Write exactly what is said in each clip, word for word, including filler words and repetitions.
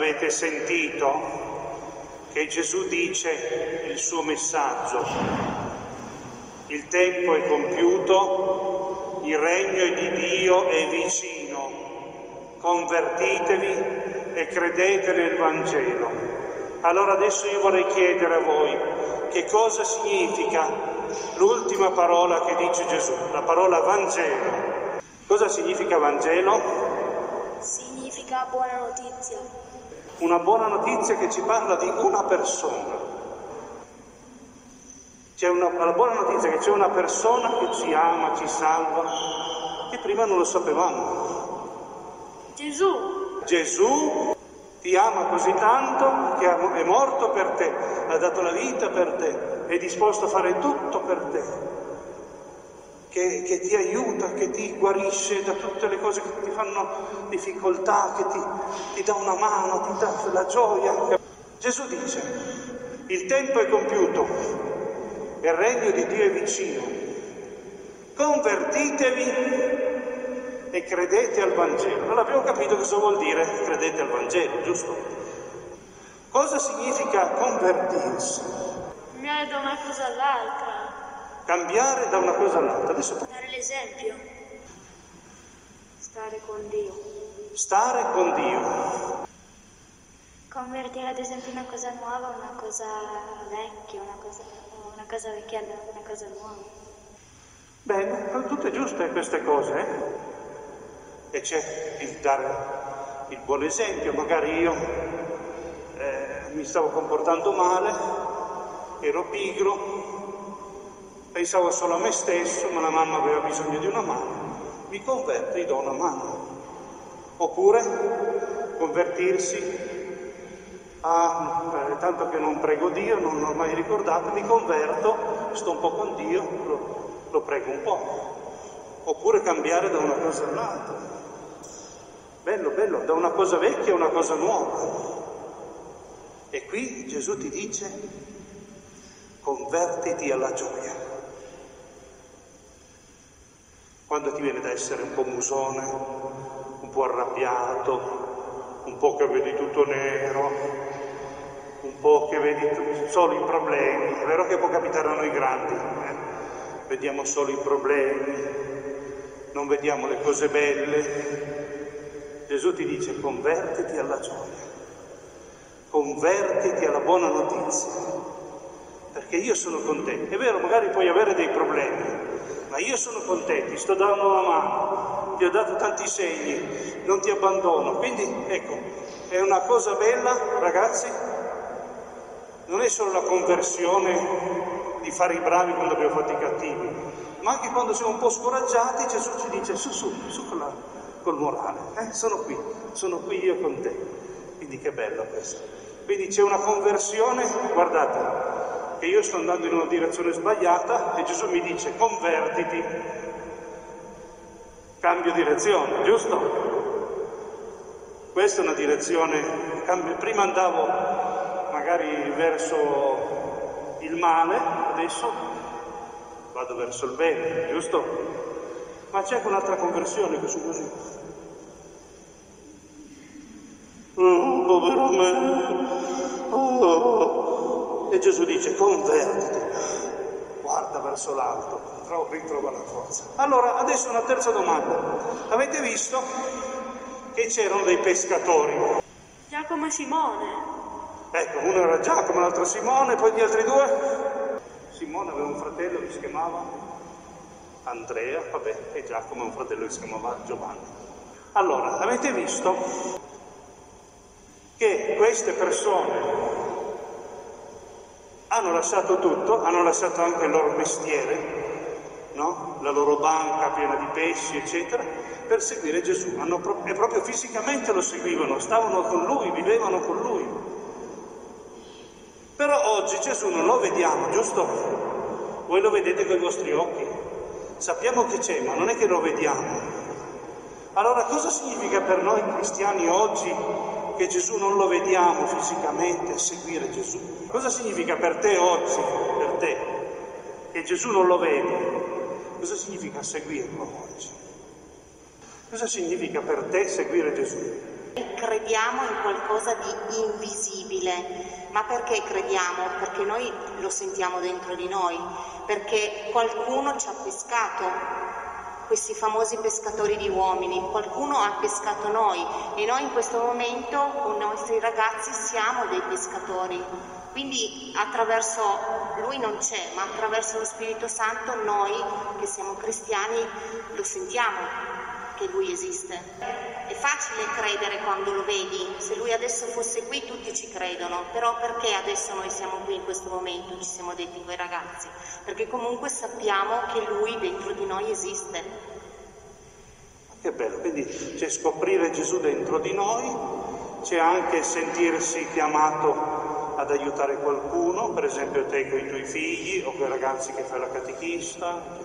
Avete sentito che Gesù dice il suo messaggio: il tempo è compiuto, il regno di Dio è vicino, convertitevi e credete nel Vangelo. Allora adesso io vorrei chiedere a voi che cosa significa l'ultima parola che dice Gesù, la parola Vangelo. Cosa significa Vangelo? Significa buona notizia. Una buona notizia che ci parla di una persona. C'è una, la buona notizia è che c'è una persona che ci ama, ci salva, e prima non lo sapevamo. Gesù. Gesù ti ama così tanto che è morto per te, ha dato la vita per te, è disposto a fare tutto per te, che, che ti aiuta, che ti guarisce da tutte le cose che ti fanno difficoltà, che ti, ti dà una mano, ti dà la gioia. Gesù dice: il tempo è compiuto, il regno di Dio è vicino, convertitevi e credete al Vangelo. Non abbiamo capito cosa vuol dire credete al Vangelo, giusto? Cosa significa convertirsi? Cambiare da una cosa all'altra. Cambiare da una cosa all'altra. Adesso Dare l'esempio. Stare con Dio. Stare con Dio. Convertire ad esempio una cosa nuova a una cosa vecchia, una cosa, una cosa vecchia a una cosa nuova. Bene, sono tutte giuste queste cose, eh? E c'è il dare il buon esempio. Magari io eh, mi stavo comportando male, ero pigro, pensavo solo a me stesso, ma la mamma aveva bisogno di una mano, mi converto, gli do una mano. Oppure convertirsi a, eh, tanto che non prego Dio, non ho mai ricordato, mi converto, sto un po' con Dio, lo, lo prego un po'. Oppure cambiare da una cosa all'altra. Bello, bello, da una cosa vecchia a una cosa nuova. E qui Gesù ti dice: convertiti alla gioia. Quando ti viene da essere un po' musone, un po' arrabbiato, un po' che vedi tutto nero, un po' che vedi t- solo i problemi. È vero che può capitare a noi grandi, eh? Vediamo solo i problemi, non vediamo le cose belle. Gesù ti dice: convertiti alla gioia, convertiti alla buona notizia, perché io sono con te. È vero, magari puoi avere dei problemi, ma io sono con te, ti sto dando una mano, ti ho dato tanti segni, non ti abbandono. Quindi ecco, è una cosa bella, ragazzi, non è solo la conversione di fare i bravi quando abbiamo fatto i cattivi, ma anche quando siamo un po' scoraggiati Gesù ci dice: su su, su con la col morale, eh? sono qui, sono qui io con te. Quindi che bello questo. Quindi c'è una conversione, guardate, che io sto andando in una direzione sbagliata e Gesù mi dice: convertiti, cambio direzione, giusto? Questa è una direzione, cambio. Prima andavo magari verso il male, adesso vado verso il bene, giusto? Ma c'è anche un'altra conversione che sono così. Oh, povero me. Oh. E Gesù dice: convertiti, guarda verso l'alto, ritrova la forza. Allora, adesso una terza domanda. Avete visto che c'erano dei pescatori? Giacomo e Simone. Ecco, uno era Giacomo, l'altro Simone, poi gli altri due? Simone aveva un fratello che si chiamava Andrea, vabbè, e Giacomo è un fratello che si chiamava Giovanni. Allora, avete visto che queste persone hanno lasciato tutto, hanno lasciato anche il loro mestiere, no? La loro banca piena di pesci, eccetera, per seguire Gesù. Hanno pro- e proprio fisicamente lo seguivano, stavano con lui, vivevano con lui. Però oggi Gesù non lo vediamo, giusto? Voi lo vedete con i vostri occhi. Sappiamo che c'è, ma non è che lo vediamo. Allora cosa significa per noi cristiani oggi che Gesù non lo vediamo fisicamente, seguire Gesù? Cosa significa per te oggi, per te, che Gesù non lo vedi? Cosa significa seguirlo oggi? Cosa significa per te seguire Gesù? Crediamo in qualcosa di invisibile, ma perché crediamo? Perché noi lo sentiamo dentro di noi, perché qualcuno ci ha pescato, questi famosi pescatori di uomini, qualcuno ha pescato noi e noi in questo momento con i nostri ragazzi siamo dei pescatori. Quindi attraverso lui non c'è, ma attraverso lo Spirito Santo noi che siamo cristiani lo sentiamo che lui esiste. È facile credere quando lo vedi, se lui adesso fosse qui tutti ci credono, però perché adesso noi siamo qui in questo momento, ci siamo detti quei ragazzi? Perché comunque sappiamo che lui dentro di noi esiste. Che bello, quindi c'è scoprire Gesù dentro di noi, c'è anche sentirsi chiamato ad aiutare qualcuno, per esempio te con i tuoi figli o quei ragazzi che fai la catechista.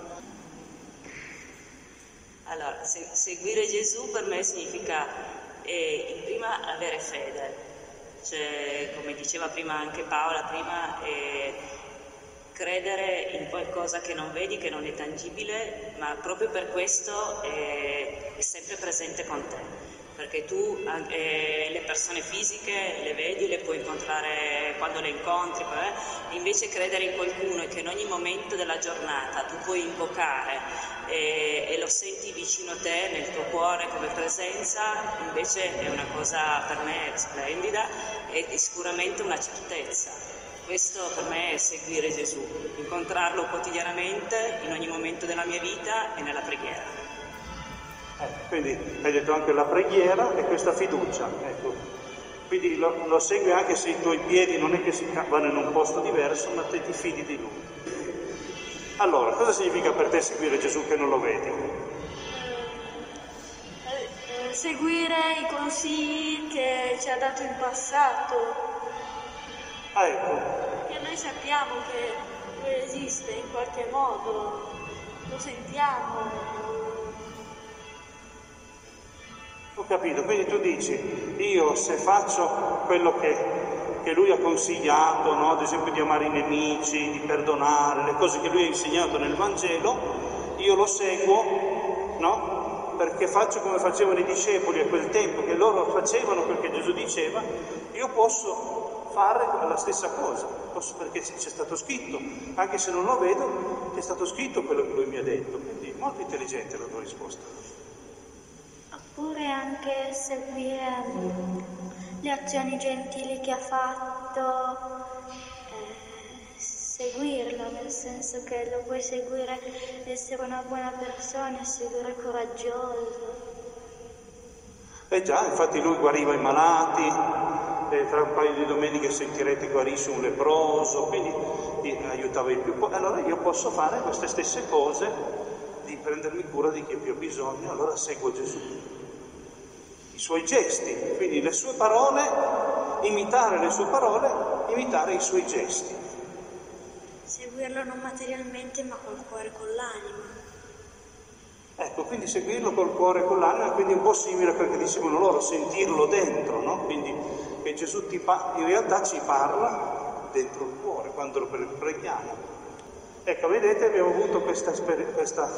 Allora, se, seguire Gesù per me significa eh, in prima avere fede, cioè come diceva prima anche Paola, prima eh, credere in qualcosa che non vedi, che non è tangibile, ma proprio per questo eh, è sempre presente con te, perché tu eh, le persone fisiche le vedi, le puoi incontrare quando le incontri, eh? Invece credere in qualcuno e che in ogni momento della giornata tu puoi invocare e, e lo senti vicino a te, nel tuo cuore come presenza, invece è una cosa per me splendida e sicuramente una certezza. Questo per me è seguire Gesù, incontrarlo quotidianamente in ogni momento della mia vita e nella preghiera. Eh, quindi hai detto anche la preghiera e questa fiducia, ecco. Quindi lo, lo segui anche se i tuoi piedi non è che si vanno in un posto diverso, ma te ti fidi di lui. Allora, cosa significa per te seguire Gesù che non lo vedi? Eh, eh, seguire i consigli che ci ha dato in passato. Ah, ecco. Che noi sappiamo che lui esiste in qualche modo, lo sentiamo. Ho capito, quindi tu dici, io se faccio quello che, che lui ha consigliato, no? Ad esempio di amare i nemici, di perdonare, le cose che lui ha insegnato nel Vangelo, io lo seguo, no? Perché faccio come facevano i discepoli a quel tempo, che loro facevano quel che Gesù diceva, io posso fare la stessa cosa, posso, perché c'è stato scritto, anche se non lo vedo, c'è stato scritto quello che lui mi ha detto, quindi molto intelligente la tua risposta. Oppure anche seguire le azioni gentili che ha fatto, eh, seguirlo, nel senso che lo puoi seguire, essere una buona persona, essere coraggioso. Eh già, infatti lui guariva i malati, eh, tra un paio di domeniche sentirete guarisce un leproso, quindi eh, aiutava i più poveri. Allora io posso fare queste stesse cose, di prendermi cura di chi ha più bisogno, allora seguo Gesù. I suoi gesti, quindi le sue parole, imitare le sue parole, imitare i suoi gesti. Seguirlo non materialmente ma col cuore e con l'anima. Ecco, quindi seguirlo col cuore e con l'anima, quindi un po' simile a quel che dicevano loro, sentirlo dentro, no? Quindi che Gesù ti pa- in realtà ci parla dentro il cuore, quando lo preghiamo. Ecco, vedete, abbiamo avuto questa, questa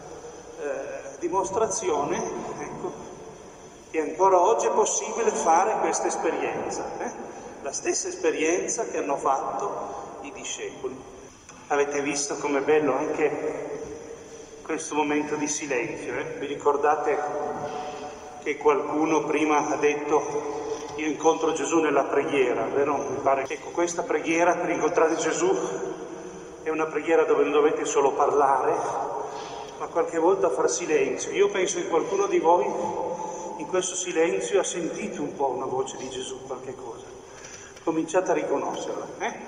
eh, dimostrazione, ecco, che ancora oggi è possibile fare questa esperienza, eh? La stessa esperienza che hanno fatto i discepoli. Avete visto com'è bello anche questo momento di silenzio, eh? Vi ricordate che qualcuno prima ha detto io incontro Gesù nella preghiera, vero? Mi pare che ecco, questa preghiera per incontrare Gesù è una preghiera dove non dovete solo parlare, ma qualche volta far silenzio. Io penso che qualcuno di voi in questo silenzio ha sentito un po' una voce di Gesù, qualche cosa. Cominciate a riconoscerla, eh?